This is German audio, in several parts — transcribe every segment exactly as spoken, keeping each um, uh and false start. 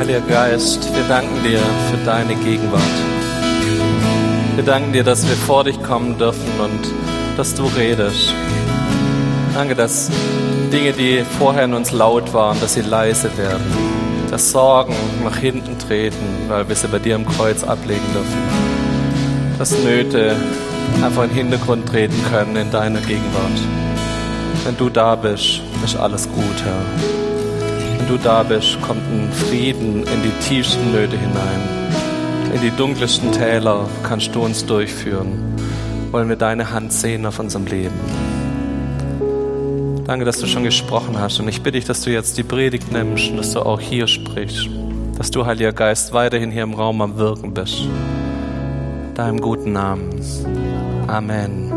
Heiliger Geist, wir danken dir für deine Gegenwart. Wir danken dir, dass wir vor dich kommen dürfen und dass du redest. Danke, dass Dinge, die vorher in uns laut waren, dass sie leise werden. Dass Sorgen nach hinten treten, weil wir sie bei dir am Kreuz ablegen dürfen. Dass Nöte einfach in den Hintergrund treten können in deiner Gegenwart. Wenn du da bist, ist alles gut, Herr. Wenn du da bist, kommt ein Frieden in die tiefsten Nöte hinein. In die dunkelsten Täler kannst du uns durchführen. Wollen wir deine Hand sehen auf unserem Leben. Danke, dass du schon gesprochen hast. Und ich bitte dich, dass du jetzt die Predigt nimmst und dass du auch hier sprichst. Dass du, Heiliger Geist, weiterhin hier im Raum am Wirken bist. In deinem guten Namen. Amen.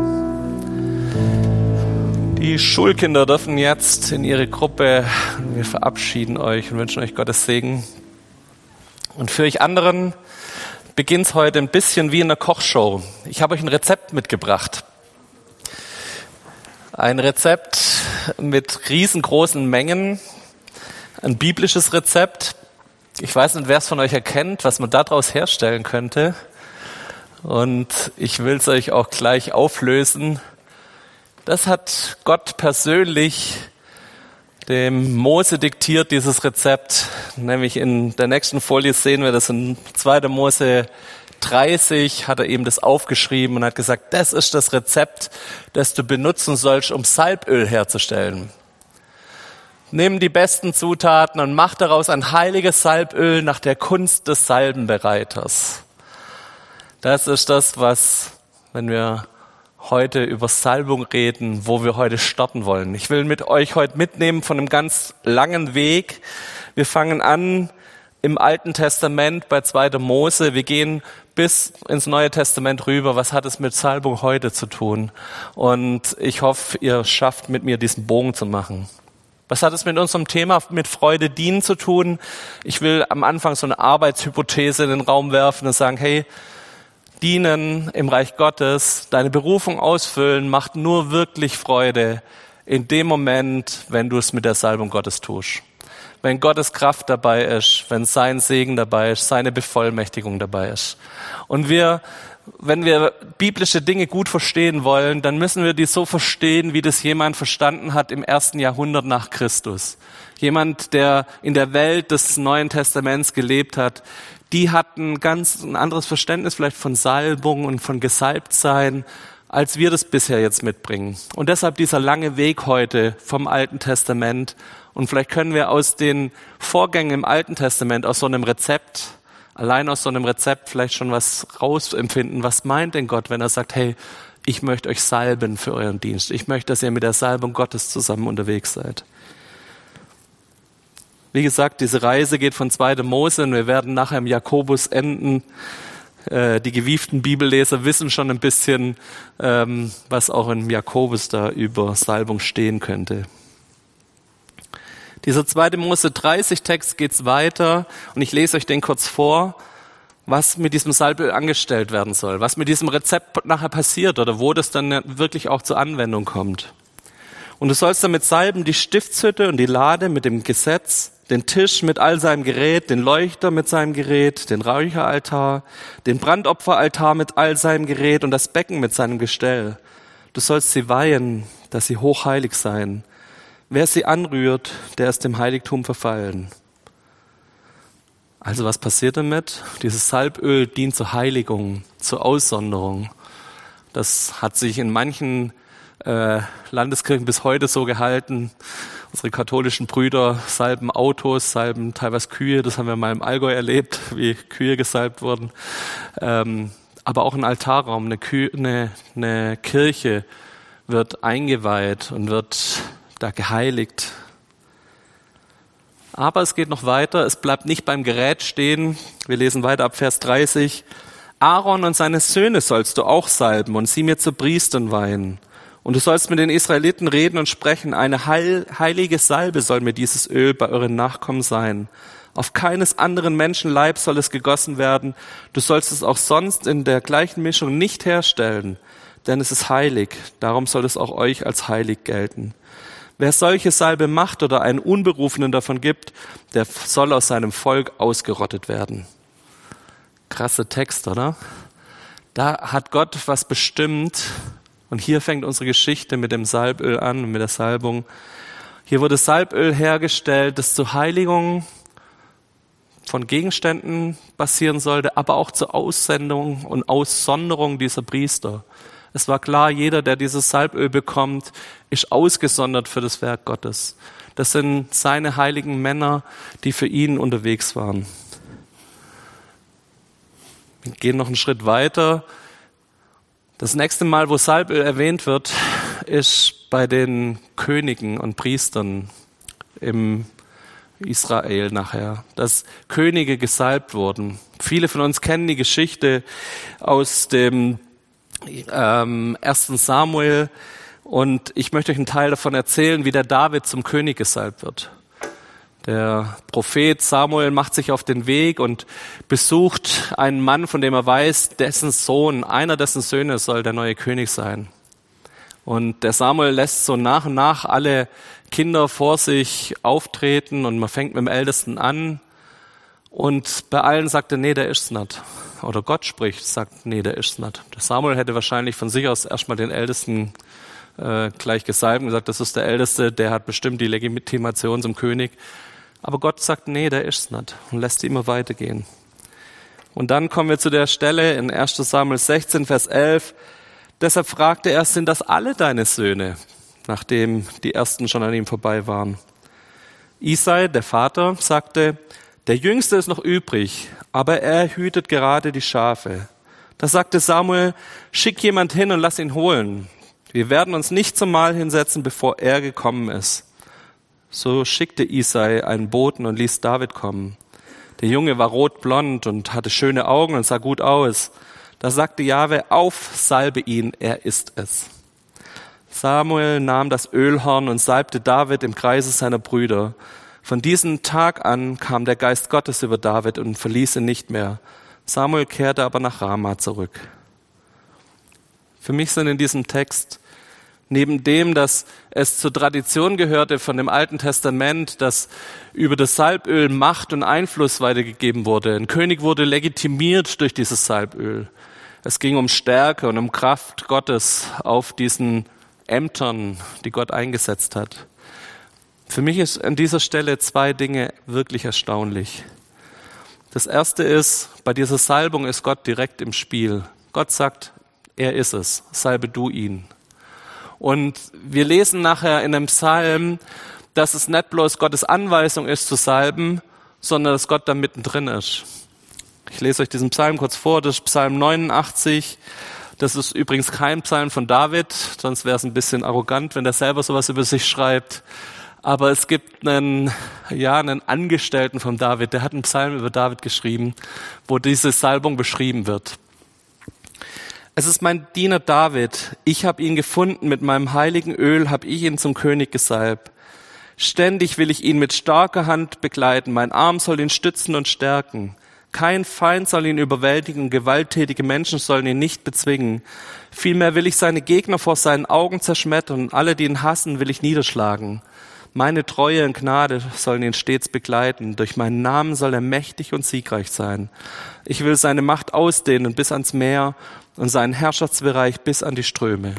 Die Schulkinder dürfen jetzt in ihre Gruppe. Wir verabschieden euch und wünschen euch Gottes Segen. Und für euch anderen beginnt es heute ein bisschen wie in einer Kochshow. Ich habe euch ein Rezept mitgebracht. Ein Rezept mit riesengroßen Mengen. Ein biblisches Rezept. Ich weiß nicht, wer es von euch erkennt, was man daraus herstellen könnte. Und ich will es euch auch gleich auflösen. Das hat Gott persönlich dem Mose diktiert, dieses Rezept. Nämlich in der nächsten Folie sehen wir das in zweiter Mose dreißig, hat er ihm das aufgeschrieben und hat gesagt, das ist das Rezept, das du benutzen sollst, um Salböl herzustellen. Nimm die besten Zutaten und mach daraus ein heiliges Salböl nach der Kunst des Salbenbereiters. Das ist das, was, wenn wir heute über Salbung reden, wo wir heute starten wollen. Ich will mit euch heute mitnehmen von einem ganz langen Weg. Wir fangen an im Alten Testament bei zweiter Mose. Wir gehen bis ins Neue Testament rüber. Was hat es mit Salbung heute zu tun? Und ich hoffe, ihr schafft mit mir diesen Bogen zu machen. Was hat es mit unserem Thema mit Freude dienen zu tun? Ich will am Anfang so eine Arbeitshypothese in den Raum werfen und sagen, hey, Dienen im Reich Gottes, deine Berufung ausfüllen, macht nur wirklich Freude in dem Moment, wenn du es mit der Salbung Gottes tust. Wenn Gottes Kraft dabei ist, wenn sein Segen dabei ist, seine Bevollmächtigung dabei ist. Und wir, wenn wir biblische Dinge gut verstehen wollen, dann müssen wir die so verstehen, wie das jemand verstanden hat im ersten Jahrhundert nach Christus. Jemand, der in der Welt des Neuen Testaments gelebt hat, die hatten ganz ein anderes Verständnis vielleicht von Salbung und von Gesalbtsein, als wir das bisher jetzt mitbringen. Und deshalb dieser lange Weg heute vom Alten Testament. Und vielleicht können wir aus den Vorgängen im Alten Testament, aus so einem Rezept, allein aus so einem Rezept vielleicht schon was rausempfinden. Was meint denn Gott, wenn er sagt, hey, ich möchte euch salben für euren Dienst. Ich möchte, dass ihr mit der Salbung Gottes zusammen unterwegs seid. Wie gesagt, diese Reise geht von zweiter Mose und wir werden nachher im Jakobus enden. Äh, die gewieften Bibelleser wissen schon ein bisschen, ähm, was auch im Jakobus da über Salbung stehen könnte. Dieser zweite Mose dreißig Text geht's weiter und ich lese euch den kurz vor, was mit diesem Salböl angestellt werden soll, was mit diesem Rezept nachher passiert oder wo das dann wirklich auch zur Anwendung kommt. Und du sollst damit salben die Stiftshütte und die Lade mit dem Gesetz, den Tisch mit all seinem Gerät, den Leuchter mit seinem Gerät, den Räucheraltar, den Brandopferaltar mit all seinem Gerät und das Becken mit seinem Gestell. Du sollst sie weihen, dass sie hochheilig seien. Wer sie anrührt, der ist dem Heiligtum verfallen. Also was passiert damit? Dieses Salböl dient zur Heiligung, zur Aussonderung. Das hat sich in manchen äh, Landeskirchen bis heute so gehalten. Unsere katholischen Brüder salben Autos, salben teilweise Kühe. Das haben wir mal im Allgäu erlebt, wie Kühe gesalbt wurden. Ähm, aber auch ein Altarraum, eine, Kü- eine, eine Kirche wird eingeweiht und wird da geheiligt. Aber es geht noch weiter. Es bleibt nicht beim Gerät stehen. Wir lesen weiter ab Vers dreißig. Aaron und seine Söhne sollst du auch salben und sie mir zu Priestern weihen. Und du sollst mit den Israeliten reden und sprechen, eine heil, heilige Salbe soll mir dieses Öl bei euren Nachkommen sein. Auf keines anderen Menschenleib soll es gegossen werden. Du sollst es auch sonst in der gleichen Mischung nicht herstellen, denn es ist heilig. Darum soll es auch euch als heilig gelten. Wer solche Salbe macht oder einen Unberufenen davon gibt, der soll aus seinem Volk ausgerottet werden. Krasse Text, oder? Da hat Gott was bestimmt. Und hier fängt unsere Geschichte mit dem Salböl an und mit der Salbung. Hier wurde Salböl hergestellt, das zur Heiligung von Gegenständen passieren sollte, aber auch zur Aussendung und Aussonderung dieser Priester. Es war klar, jeder, der dieses Salböl bekommt, ist ausgesondert für das Werk Gottes. Das sind seine heiligen Männer, die für ihn unterwegs waren. Wir gehen noch einen Schritt weiter. Das nächste Mal, wo Salböl erwähnt wird, ist bei den Königen und Priestern im Israel nachher, dass Könige gesalbt wurden. Viele von uns kennen die Geschichte aus dem ähm, ersten Samuel und ich möchte euch einen Teil davon erzählen, wie der David zum König gesalbt wird. Der Prophet Samuel macht sich auf den Weg und besucht einen Mann, von dem er weiß, dessen Sohn, einer dessen Söhne soll der neue König sein. Und der Samuel lässt so nach und nach alle Kinder vor sich auftreten und man fängt mit dem Ältesten an. Und bei allen sagt er, nee, der ist's nicht. Oder Gott spricht, sagt, nee, der ist's nicht. Der Samuel hätte wahrscheinlich von sich aus erstmal den Ältesten äh, gleich gesalbt und gesagt, das ist der Älteste, der hat bestimmt die Legitimation zum König. Aber Gott sagt, nee, der ist's nicht und lässt ihn immer weitergehen. Und dann kommen wir zu der Stelle in erster Samuel sechzehn, Vers elf. Deshalb fragte er, sind das alle deine Söhne? Nachdem die ersten schon an ihm vorbei waren. Isai, der Vater, sagte, der Jüngste ist noch übrig, aber er hütet gerade die Schafe. Da sagte Samuel, schick jemand hin und lass ihn holen. Wir werden uns nicht zum Mahl hinsetzen, bevor er gekommen ist. So schickte Isai einen Boten und ließ David kommen. Der Junge war rotblond und hatte schöne Augen und sah gut aus. Da sagte Jahwe, auf, salbe ihn, er ist es. Samuel nahm das Ölhorn und salbte David im Kreise seiner Brüder. Von diesem Tag an kam der Geist Gottes über David und verließ ihn nicht mehr. Samuel kehrte aber nach Rama zurück. Für mich sind in diesem Text, neben dem, dass es zur Tradition gehörte von dem Alten Testament, dass über das Salböl Macht und Einfluss weitergegeben wurde. Ein König wurde legitimiert durch dieses Salböl. Es ging um Stärke und um Kraft Gottes auf diesen Ämtern, die Gott eingesetzt hat. Für mich ist an dieser Stelle zwei Dinge wirklich erstaunlich. Das erste ist, bei dieser Salbung ist Gott direkt im Spiel. Gott sagt, er ist es, salbe du ihn. Und wir lesen nachher in einem Psalm, dass es nicht bloß Gottes Anweisung ist zu salben, sondern dass Gott da mittendrin ist. Ich lese euch diesen Psalm kurz vor, das ist Psalm neunundachtzig. Das ist übrigens kein Psalm von David, sonst wäre es ein bisschen arrogant, wenn er selber sowas über sich schreibt. Aber es gibt einen, ja, einen Angestellten von David, der hat einen Psalm über David geschrieben, wo diese Salbung beschrieben wird. Es ist mein Diener David. Ich habe ihn gefunden, mit meinem heiligen Öl habe ich ihn zum König gesalbt. Ständig will ich ihn mit starker Hand begleiten. Mein Arm soll ihn stützen und stärken. Kein Feind soll ihn überwältigen, gewalttätige Menschen sollen ihn nicht bezwingen. Vielmehr will ich seine Gegner vor seinen Augen zerschmettern, alle, die ihn hassen, will ich niederschlagen. Meine Treue und Gnade sollen ihn stets begleiten. Durch meinen Namen soll er mächtig und siegreich sein. Ich will seine Macht ausdehnen bis ans Meer und seinen Herrschaftsbereich bis an die Ströme.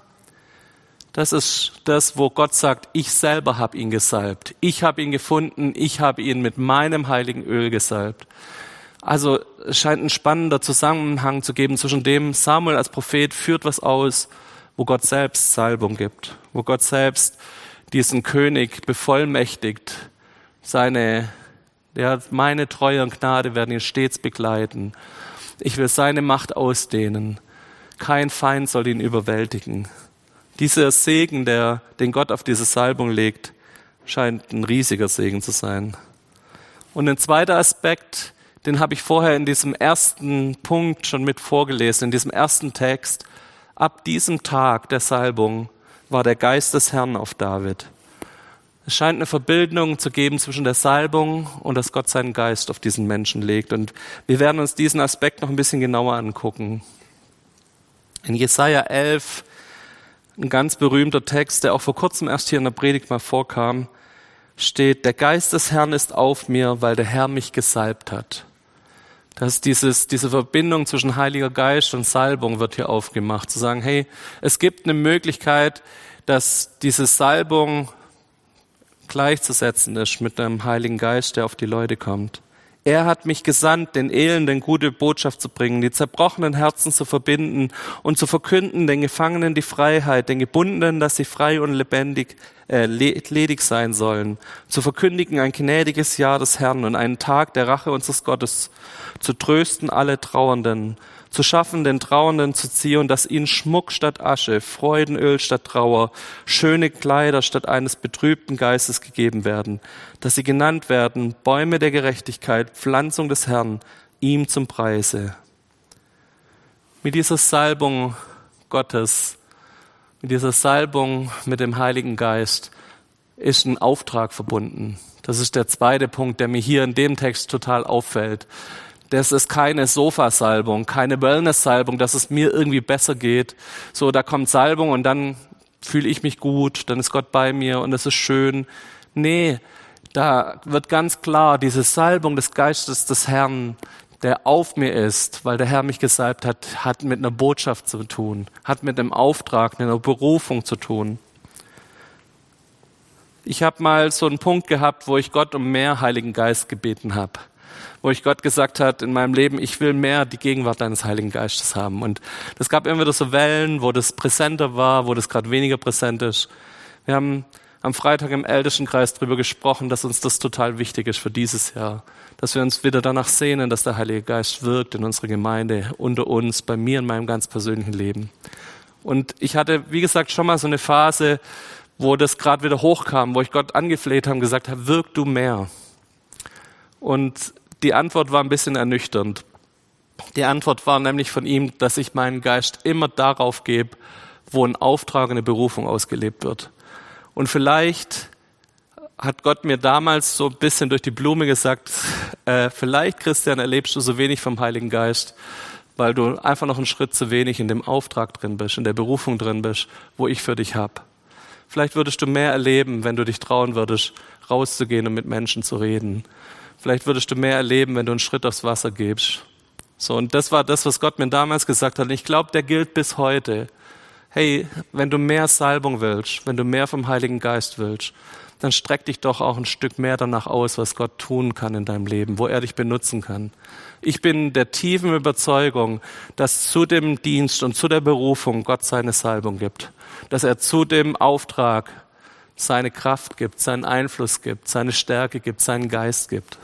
Das ist das, wo Gott sagt, ich selber habe ihn gesalbt. Ich habe ihn gefunden, ich habe ihn mit meinem heiligen Öl gesalbt. Also es scheint ein spannender Zusammenhang zu geben zwischen dem, Samuel als Prophet führt was aus, wo Gott selbst Salbung gibt, wo Gott selbst diesen König bevollmächtigt. Seine, ja, meine Treue und Gnade werden ihn stets begleiten. Ich will seine Macht ausdehnen. Kein Feind soll ihn überwältigen. Dieser Segen, der, den Gott auf diese Salbung legt, scheint ein riesiger Segen zu sein. Und ein zweiter Aspekt, den habe ich vorher in diesem ersten Punkt schon mit vorgelesen, in diesem ersten Text. Ab diesem Tag der Salbung war der Geist des Herrn auf David. Es scheint eine Verbindung zu geben zwischen der Salbung und dass Gott seinen Geist auf diesen Menschen legt. Und wir werden uns diesen Aspekt noch ein bisschen genauer angucken. In Jesaja elf ein ganz berühmter Text, der auch vor kurzem erst hier in der Predigt mal vorkam, steht, der Geist des Herrn ist auf mir, weil der Herr mich gesalbt hat. Das ist dieses, diese Verbindung zwischen Heiliger Geist und Salbung wird hier aufgemacht, zu sagen, hey, es gibt eine Möglichkeit, dass diese Salbung gleichzusetzen ist mit einem Heiligen Geist, der auf die Leute kommt. Er hat mich gesandt, den Elenden gute Botschaft zu bringen, die zerbrochenen Herzen zu verbinden und zu verkünden, den Gefangenen die Freiheit, den Gebundenen, dass sie frei und lebendig, äh, ledig sein sollen, zu verkündigen ein gnädiges Jahr des Herrn und einen Tag der Rache unseres Gottes, zu trösten alle Trauernden, zu schaffen, den Trauernden zu ziehen, dass ihnen Schmuck statt Asche, Freudenöl statt Trauer, schöne Kleider statt eines betrübten Geistes gegeben werden, dass sie genannt werden, Bäume der Gerechtigkeit, Pflanzung des Herrn, ihm zum Preise. Mit dieser Salbung Gottes, mit dieser Salbung mit dem Heiligen Geist ist ein Auftrag verbunden. Das ist der zweite Punkt, der mir hier in dem Text total auffällt. Das ist keine Sofasalbung, keine Wellness-Salbung, dass es mir irgendwie besser geht. So, da kommt Salbung und dann fühle ich mich gut, dann ist Gott bei mir und es ist schön. Nee, da wird ganz klar, diese Salbung des Geistes des Herrn, der auf mir ist, weil der Herr mich gesalbt hat, hat mit einer Botschaft zu tun, hat mit einem Auftrag, einer Berufung zu tun. Ich habe mal so einen Punkt gehabt, wo ich Gott um mehr Heiligen Geist gebeten habe. Wo ich Gott gesagt hat in meinem Leben, ich will mehr die Gegenwart deines Heiligen Geistes haben. Und es gab immer wieder so Wellen, wo das präsenter war, wo das gerade weniger präsent ist. Wir haben am Freitag im Ältestenkreis darüber gesprochen, dass uns das total wichtig ist für dieses Jahr. Dass wir uns wieder danach sehnen, dass der Heilige Geist wirkt in unserer Gemeinde, unter uns, bei mir in meinem ganz persönlichen Leben. Und ich hatte, wie gesagt, schon mal so eine Phase, wo das gerade wieder hochkam, wo ich Gott angefleht habe und gesagt habe, wirk du mehr. Und die Antwort war ein bisschen ernüchternd. Die Antwort war nämlich von ihm, dass ich meinen Geist immer darauf gebe, wo ein Auftrag, eine Berufung ausgelebt wird. Und vielleicht hat Gott mir damals so ein bisschen durch die Blume gesagt, äh, vielleicht, Christian, erlebst du so wenig vom Heiligen Geist, weil du einfach noch einen Schritt zu wenig in dem Auftrag drin bist, in der Berufung drin bist, wo ich für dich habe. Vielleicht würdest du mehr erleben, wenn du dich trauen würdest, rauszugehen und mit Menschen zu reden. Vielleicht würdest du mehr erleben, wenn du einen Schritt aufs Wasser gibst. So, und das war das, was Gott mir damals gesagt hat. Und ich glaube, der gilt bis heute. Hey, wenn du mehr Salbung willst, wenn du mehr vom Heiligen Geist willst, dann streck dich doch auch ein Stück mehr danach aus, was Gott tun kann in deinem Leben, wo er dich benutzen kann. Ich bin der tiefen Überzeugung, dass zu dem Dienst und zu der Berufung Gott seine Salbung gibt. Dass er zu dem Auftrag seine Kraft gibt, seinen Einfluss gibt, seine Stärke gibt, seinen Geist gibt.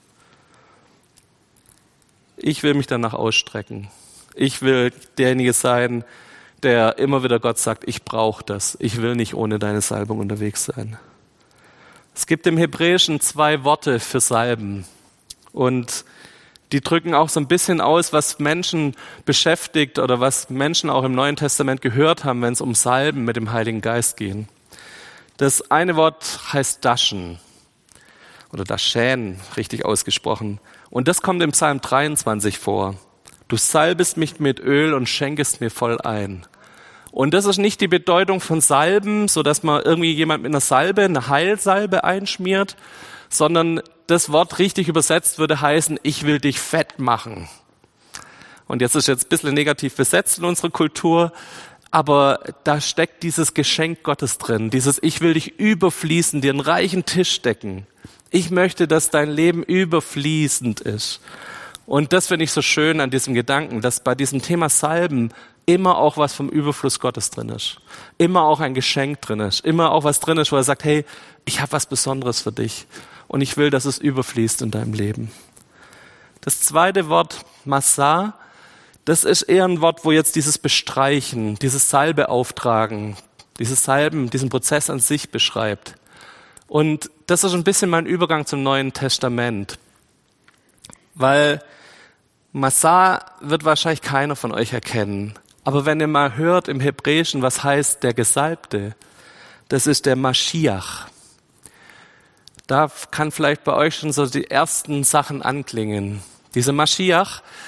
Ich will mich danach ausstrecken. Ich will derjenige sein, der immer wieder Gott sagt, ich brauche das. Ich will nicht ohne deine Salbung unterwegs sein. Es gibt im Hebräischen zwei Worte für Salben. Und die drücken auch so ein bisschen aus, was Menschen beschäftigt oder was Menschen auch im Neuen Testament gehört haben, wenn es um Salben mit dem Heiligen Geist geht. Das eine Wort heißt Daschen oder Daschen, richtig ausgesprochen. Und das kommt im Psalm dreiundzwanzig vor. Du salbest mich mit Öl und schenkest mir voll ein. Und das ist nicht die Bedeutung von Salben, so dass man irgendwie jemand mit einer Salbe, eine Heilsalbe einschmiert, sondern das Wort richtig übersetzt würde heißen, ich will dich fett machen. Und jetzt ist jetzt ein bisschen negativ besetzt in unserer Kultur, aber da steckt dieses Geschenk Gottes drin, dieses ich will dich überfließen, dir einen reichen Tisch decken. Ich möchte, dass dein Leben überfließend ist. Und das finde ich so schön an diesem Gedanken, dass bei diesem Thema Salben immer auch was vom Überfluss Gottes drin ist. Immer auch ein Geschenk drin ist. Immer auch was drin ist, wo er sagt, hey, ich habe was Besonderes für dich. Und ich will, dass es überfließt in deinem Leben. Das zweite Wort, Massah, das ist eher ein Wort, wo jetzt dieses Bestreichen, dieses Salbe auftragen, dieses Salben, diesen Prozess an sich beschreibt. Und das ist ein bisschen mein Übergang zum Neuen Testament. Weil Massah wird wahrscheinlich keiner von euch erkennen. Aber wenn ihr mal hört im Hebräischen, was heißt der Gesalbte, das ist der Maschiach. Da kann vielleicht bei euch schon so die ersten Sachen anklingen. Dieser Maschiach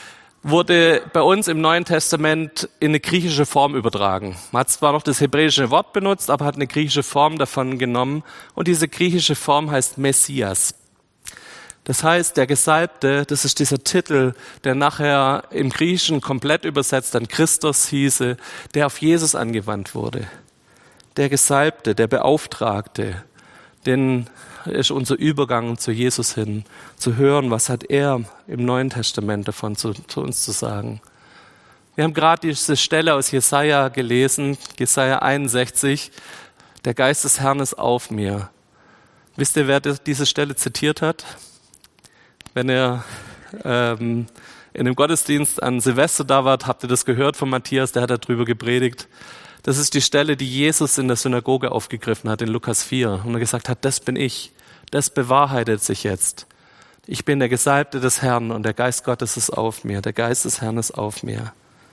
wurde bei uns im Neuen Testament in eine griechische Form übertragen. Man hat zwar noch das hebräische Wort benutzt, aber hat eine griechische Form davon genommen. Und diese griechische Form heißt Messias. Das heißt, der Gesalbte, das ist dieser Titel, der nachher im Griechischen komplett übersetzt dann Christus hieße, der auf Jesus angewandt wurde. Der Gesalbte, der Beauftragte, den ist unser Übergang zu Jesus hin, zu hören, was hat er im Neuen Testament davon zu, zu uns zu sagen. Wir haben gerade diese Stelle aus Jesaja gelesen, Jesaja einundsechzig, der Geist des Herrn ist auf mir. Wisst ihr, wer diese Stelle zitiert hat? Wenn ihr ähm, in dem Gottesdienst an Silvester da wart, habt ihr das gehört von Matthias, der hat darüber gepredigt. Das ist die Stelle, die Jesus in der Synagoge aufgegriffen hat, in Lukas vier. Und er gesagt hat, das bin ich, das bewahrheitet sich jetzt. Ich bin der Gesalbte des Herrn und der Geist Gottes ist auf mir, der Geist des Herrn ist auf mir.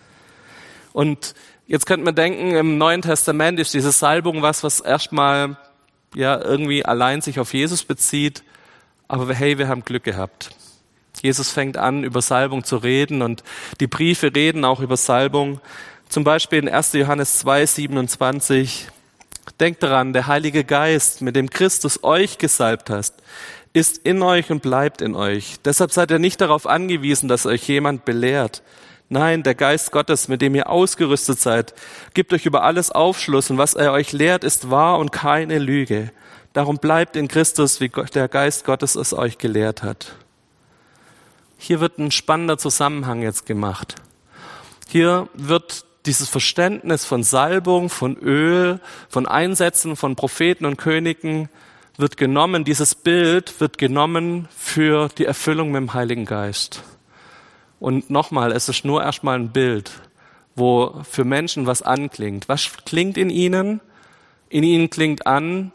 Und jetzt könnte man denken, im Neuen Testament ist diese Salbung was, was erstmal ja irgendwie allein sich auf Jesus bezieht. Aber hey, wir haben Glück gehabt. Jesus fängt an, über Salbung zu reden und die Briefe reden auch über Salbung. Zum Beispiel in erster Johannes zwei, siebenundzwanzig. Denkt daran, der Heilige Geist, mit dem Christus euch gesalbt hat, ist in euch und bleibt in euch. Deshalb seid ihr nicht darauf angewiesen, dass euch jemand belehrt. Nein, der Geist Gottes, mit dem ihr ausgerüstet seid, gibt euch über alles Aufschluss und was er euch lehrt, ist wahr und keine Lüge. Darum bleibt in Christus, wie der Geist Gottes es euch gelehrt hat. Hier wird ein spannender Zusammenhang jetzt gemacht. Hier wird dieses Verständnis von Salbung, von Öl, von Einsätzen von Propheten und Königen wird genommen, dieses Bild wird genommen für die Erfüllung mit dem Heiligen Geist. Und nochmal, es ist nur erstmal ein Bild, wo für Menschen was anklingt. Was klingt in ihnen? In ihnen klingt an,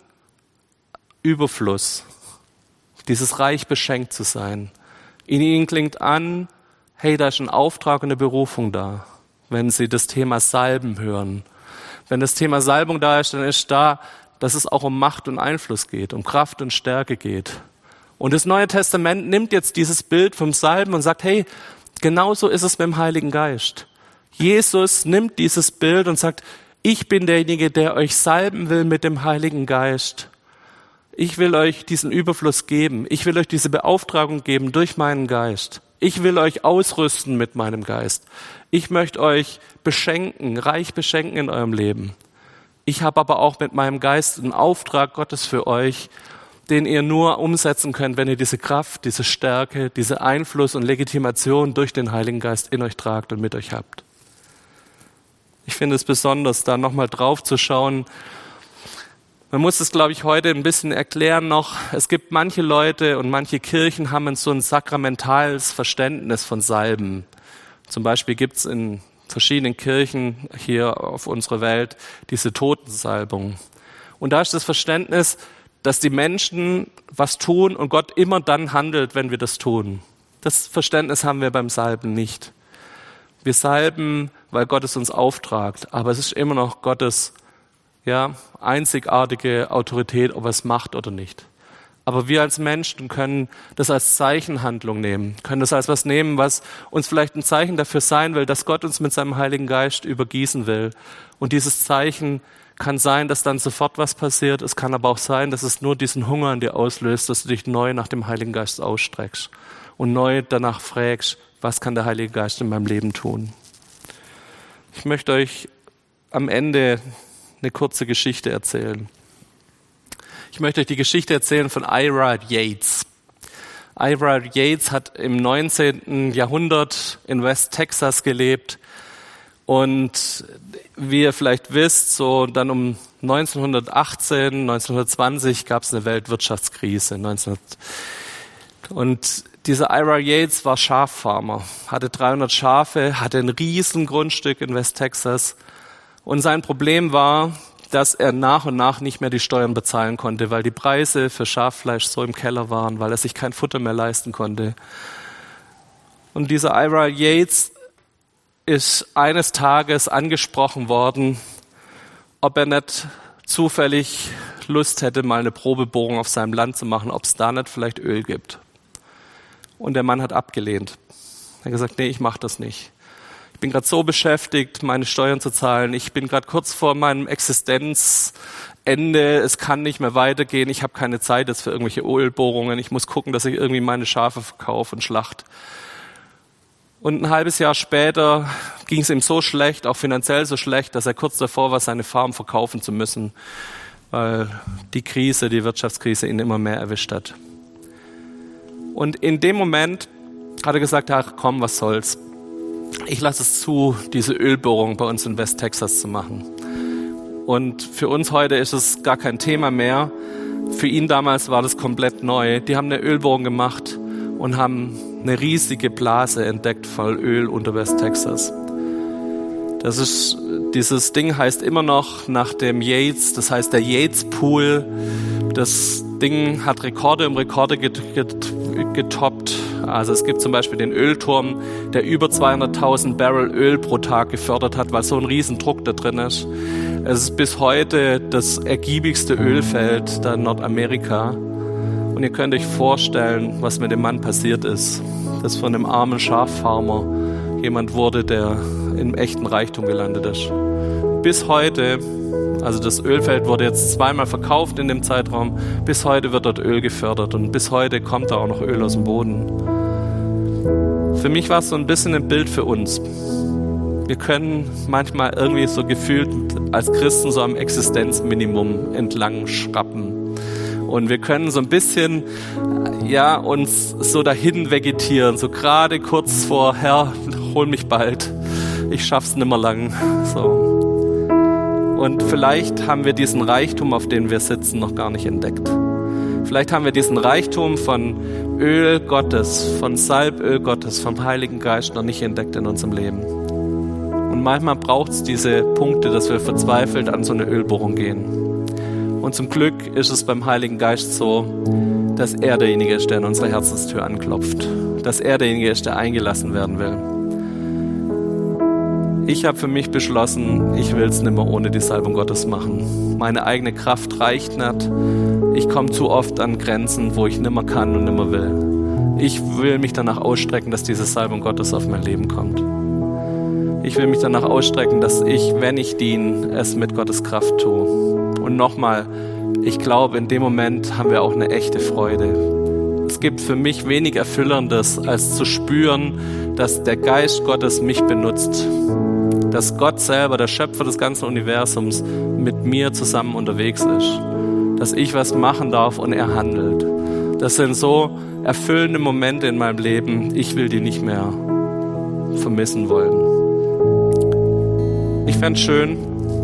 Überfluss, dieses reich beschenkt zu sein. In ihnen klingt an, hey, da ist ein Auftrag und eine Berufung da, wenn sie das Thema Salben hören. Wenn das Thema Salbung da ist, dann ist da, dass es auch um Macht und Einfluss geht, um Kraft und Stärke geht. Und das Neue Testament nimmt jetzt dieses Bild vom Salben und sagt, hey, genauso ist es mit dem Heiligen Geist. Jesus nimmt dieses Bild und sagt, ich bin derjenige, der euch salben will mit dem Heiligen Geist. Ich will euch diesen Überfluss geben. Ich will euch diese Beauftragung geben durch meinen Geist. Ich will euch ausrüsten mit meinem Geist. Ich möchte euch beschenken, reich beschenken in eurem Leben. Ich habe aber auch mit meinem Geist einen Auftrag Gottes für euch, den ihr nur umsetzen könnt, wenn ihr diese Kraft, diese Stärke, diese Einfluss und Legitimation durch den Heiligen Geist in euch tragt und mit euch habt. Ich finde es besonders, da nochmal drauf zu schauen. Man muss es, glaube ich, heute ein bisschen erklären noch. Es gibt manche Leute und manche Kirchen haben so ein sakramentales Verständnis von Salben. Zum Beispiel gibt es in verschiedenen Kirchen hier auf unserer Welt diese Totensalbung. Und da ist das Verständnis, dass die Menschen was tun und Gott immer dann handelt, wenn wir das tun. Das Verständnis haben wir beim Salben nicht. Wir salben, weil Gott es uns auftragt, aber es ist immer noch Gottes ja, einzigartige Autorität, ob er es macht oder nicht. Aber wir als Menschen können das als Zeichenhandlung nehmen, können das als was nehmen, was uns vielleicht ein Zeichen dafür sein will, dass Gott uns mit seinem Heiligen Geist übergießen will. Und dieses Zeichen kann sein, dass dann sofort was passiert. Es kann aber auch sein, dass es nur diesen Hunger in dir auslöst, dass du dich neu nach dem Heiligen Geist ausstreckst und neu danach fragst, was kann der Heilige Geist in meinem Leben tun. Ich möchte euch am Ende eine kurze Geschichte erzählen. Ich möchte euch die Geschichte erzählen von Ira Yates. Ira Yates hat im neunzehnten Jahrhundert in West Texas gelebt und wie ihr vielleicht wisst, so dann um neunzehnhundertachtzehn, neunzehnhundertzwanzig gab es eine Weltwirtschaftskrise. neunzehnhundert Und dieser Ira Yates war Schaffarmer, hatte dreihundert Schafe, hatte ein riesen Grundstück in West Texas. Und sein Problem war, dass er nach und nach nicht mehr die Steuern bezahlen konnte, weil die Preise für Schaffleisch so im Keller waren, weil er sich kein Futter mehr leisten konnte. Und dieser Ira Yates ist eines Tages angesprochen worden, ob er nicht zufällig Lust hätte, mal eine Probebohrung auf seinem Land zu machen, ob es da nicht vielleicht Öl gibt. Und der Mann hat abgelehnt. Er hat gesagt, nee, ich mache das nicht. Ich bin gerade so beschäftigt, meine Steuern zu zahlen. Ich bin gerade kurz vor meinem Existenzende. Es kann nicht mehr weitergehen. Ich habe keine Zeit jetzt für irgendwelche Ölbohrungen. Ich muss gucken, dass ich irgendwie meine Schafe verkaufe und schlacht. Und ein halbes Jahr später ging es ihm so schlecht, auch finanziell so schlecht, dass er kurz davor war, seine Farm verkaufen zu müssen, weil die Krise, die Wirtschaftskrise ihn immer mehr erwischt hat. Und in dem Moment hat er gesagt, ach komm, was soll's. Ich lasse es zu, diese Ölbohrung bei uns in West-Texas zu machen. Und für uns heute ist es gar kein Thema mehr. Für ihn damals war das komplett neu. Die haben eine Ölbohrung gemacht und haben eine riesige Blase entdeckt voll Öl unter West-Texas. Das ist, dieses Ding heißt immer noch nach dem Yates, das heißt der Yates Pool. Das Ding hat Rekorde um Rekorde get, get, getoppt. Also es gibt zum Beispiel den Ölturm, der über zweihunderttausend Barrel Öl pro Tag gefördert hat, weil so ein Riesendruck da drin ist. Es ist bis heute das ergiebigste Ölfeld da in Nordamerika. Und ihr könnt euch vorstellen, was mit dem Mann passiert ist. Dass von einem armen Schaffarmer jemand wurde, der im echten Reichtum gelandet ist. Bis heute, also das Ölfeld wurde jetzt zweimal verkauft in dem Zeitraum, bis heute wird dort Öl gefördert und bis heute kommt da auch noch Öl aus dem Boden. Für mich war es so ein bisschen ein Bild für uns. Wir können manchmal irgendwie so gefühlt als Christen so am Existenzminimum entlang schrappen. Und wir können so ein bisschen, ja, uns so dahin vegetieren, so gerade kurz vor, Herr, hol mich bald, ich schaff's nimmer lang, so. Und vielleicht haben wir diesen Reichtum, auf dem wir sitzen, noch gar nicht entdeckt. Vielleicht haben wir diesen Reichtum von Öl Gottes, von Salböl Gottes, vom Heiligen Geist noch nicht entdeckt in unserem Leben. Und manchmal braucht es diese Punkte, dass wir verzweifelt an so eine Ölbohrung gehen. Und zum Glück ist es beim Heiligen Geist so, dass er derjenige ist, der an unsere Herzenstür anklopft. Dass er derjenige ist, der eingelassen werden will. Ich habe für mich beschlossen, ich will es nicht mehr ohne die Salbung Gottes machen. Meine eigene Kraft reicht nicht. Ich komme zu oft an Grenzen, wo ich nicht mehr kann und nicht mehr will. Ich will mich danach ausstrecken, dass diese Salbung Gottes auf mein Leben kommt. Ich will mich danach ausstrecken, dass ich, wenn ich diene, es mit Gottes Kraft tue. Und nochmal, ich glaube, in dem Moment haben wir auch eine echte Freude. Es gibt für mich wenig Erfüllendes, als zu spüren, dass der Geist Gottes mich benutzt. Dass Gott selber, der Schöpfer des ganzen Universums, mit mir zusammen unterwegs ist. Dass ich was machen darf und er handelt. Das sind so erfüllende Momente in meinem Leben, ich will die nicht mehr vermissen wollen. Ich fände es schön,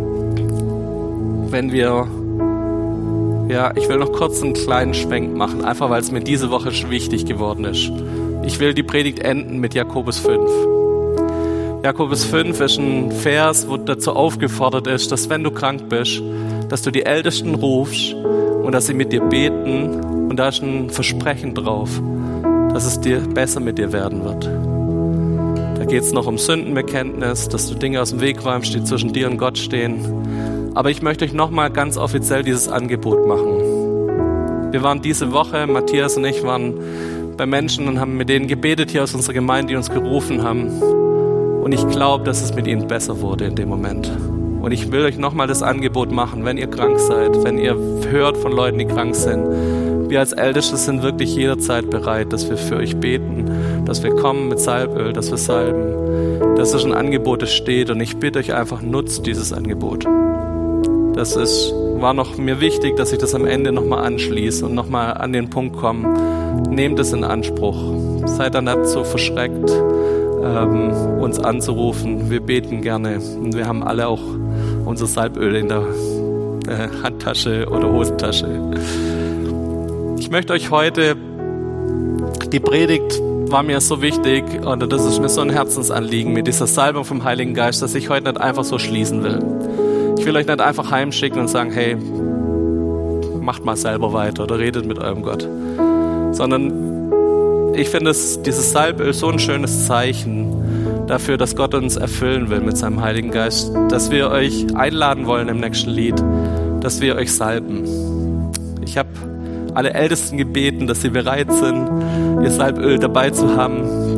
wenn wir, ja, ich will noch kurz einen kleinen Schwenk machen, einfach weil es mir diese Woche wichtig geworden ist. Ich will die Predigt enden mit Jakobus fünf. Jakobus fünf ist ein Vers, wo dazu aufgefordert ist, dass wenn du krank bist, dass du die Ältesten rufst und dass sie mit dir beten und da ist ein Versprechen drauf, dass es dir besser mit dir werden wird. Da geht es noch um Sündenbekenntnis, dass du Dinge aus dem Weg räumst, die zwischen dir und Gott stehen. Aber ich möchte euch nochmal ganz offiziell dieses Angebot machen. Wir waren diese Woche, Matthias und ich waren bei Menschen und haben mit denen gebetet hier aus unserer Gemeinde, die uns gerufen haben. Und ich glaube, dass es mit ihnen besser wurde in dem Moment. Und ich will euch nochmal das Angebot machen, wenn ihr krank seid, wenn ihr hört von Leuten, die krank sind. Wir als Älteste sind wirklich jederzeit bereit, dass wir für euch beten, dass wir kommen mit Salböl, dass wir salben. Das ist ein Angebot, das steht und ich bitte euch einfach, nutzt dieses Angebot. Das ist, war noch mir wichtig, dass ich das am Ende nochmal anschließe und nochmal an den Punkt komme. Nehmt es in Anspruch. Seid da nicht so verschreckt, ähm, uns anzurufen. Wir beten gerne und wir haben alle auch unser Salböl in der äh, Handtasche oder Hosentasche. Ich möchte euch heute, die Predigt war mir so wichtig und das ist mir so ein Herzensanliegen mit dieser Salbung vom Heiligen Geist, dass ich heute nicht einfach so schließen will. Ich will euch nicht einfach heimschicken und sagen, hey, macht mal selber weiter oder redet mit eurem Gott. Sondern ich finde es, dieses Salböl so ein schönes Zeichen dafür, dass Gott uns erfüllen will mit seinem Heiligen Geist, dass wir euch einladen wollen im nächsten Lied, dass wir euch salben. Ich habe alle Ältesten gebeten, dass sie bereit sind, ihr Salböl dabei zu haben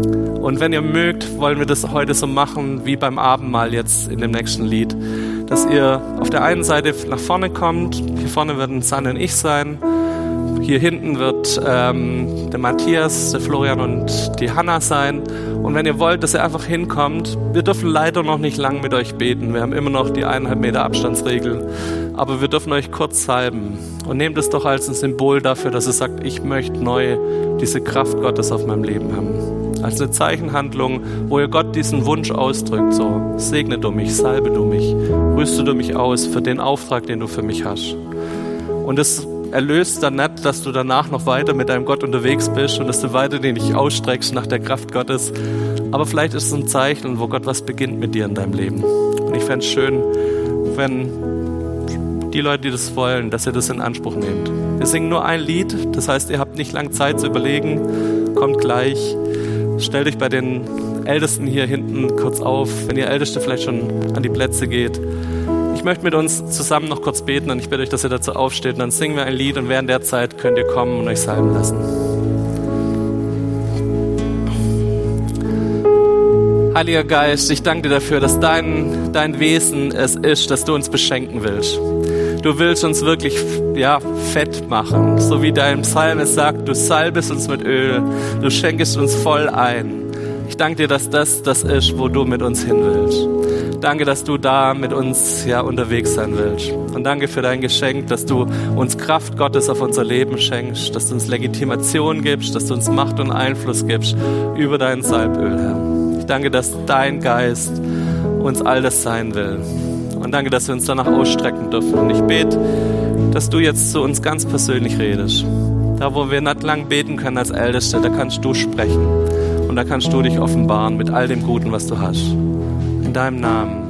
Und wenn ihr mögt, wollen wir das heute so machen, wie beim Abendmahl jetzt in dem nächsten Lied. Dass ihr auf der einen Seite nach vorne kommt, hier vorne werden Sanne und ich sein, hier hinten wird ähm, der Matthias, der Florian und die Hanna sein. Und wenn ihr wollt, dass ihr einfach hinkommt, wir dürfen leider noch nicht lang mit euch beten. Wir haben immer noch die eineinhalb Meter Abstandsregel. Aber wir dürfen euch kurz salben. Und nehmt es doch als ein Symbol dafür, dass ihr sagt, ich möchte neu diese Kraft Gottes auf meinem Leben haben. Als eine Zeichenhandlung, wo ihr Gott diesen Wunsch ausdrückt. So, segne du mich, salbe du mich, rüste du mich aus für den Auftrag, den du für mich hast. Und es erlöst dann nicht, dass du danach noch weiter mit deinem Gott unterwegs bist und dass du weiter den dich ausstreckst nach der Kraft Gottes. Aber vielleicht ist es ein Zeichen, wo Gott was beginnt mit dir in deinem Leben. Und ich fände es schön, wenn die Leute, die das wollen, dass ihr das in Anspruch nehmt. Wir singen nur ein Lied, das heißt, ihr habt nicht lange Zeit zu überlegen. Kommt gleich, stellt euch bei den Ältesten hier hinten kurz auf, wenn ihr Älteste vielleicht schon an die Plätze geht. Ich möchte mit uns zusammen noch kurz beten und ich bitte euch, dass ihr dazu aufsteht. Und dann singen wir ein Lied und während der Zeit könnt ihr kommen und euch salben lassen. Heiliger Geist, ich danke dir dafür, dass dein, dein Wesen es ist, dass du uns beschenken willst. Du willst uns wirklich ja, fett machen, so wie dein Psalm es sagt, du salbest uns mit Öl, du schenkest uns voll ein. Ich danke dir, dass das das ist, wo du mit uns hin willst. Danke, dass du da mit uns ja, unterwegs sein willst. Und danke für dein Geschenk, dass du uns Kraft Gottes auf unser Leben schenkst, dass du uns Legitimation gibst, dass du uns Macht und Einfluss gibst über dein Salböl, Herr. Ich danke, dass dein Geist uns all das sein will. Und danke, dass wir uns danach ausstrecken dürfen. Und ich bete, dass du jetzt zu uns ganz persönlich redest. Da, wo wir nicht lang beten können als Älteste, da kannst du sprechen. Und da kannst du dich offenbaren mit all dem Guten, was du hast. In deinem Namen.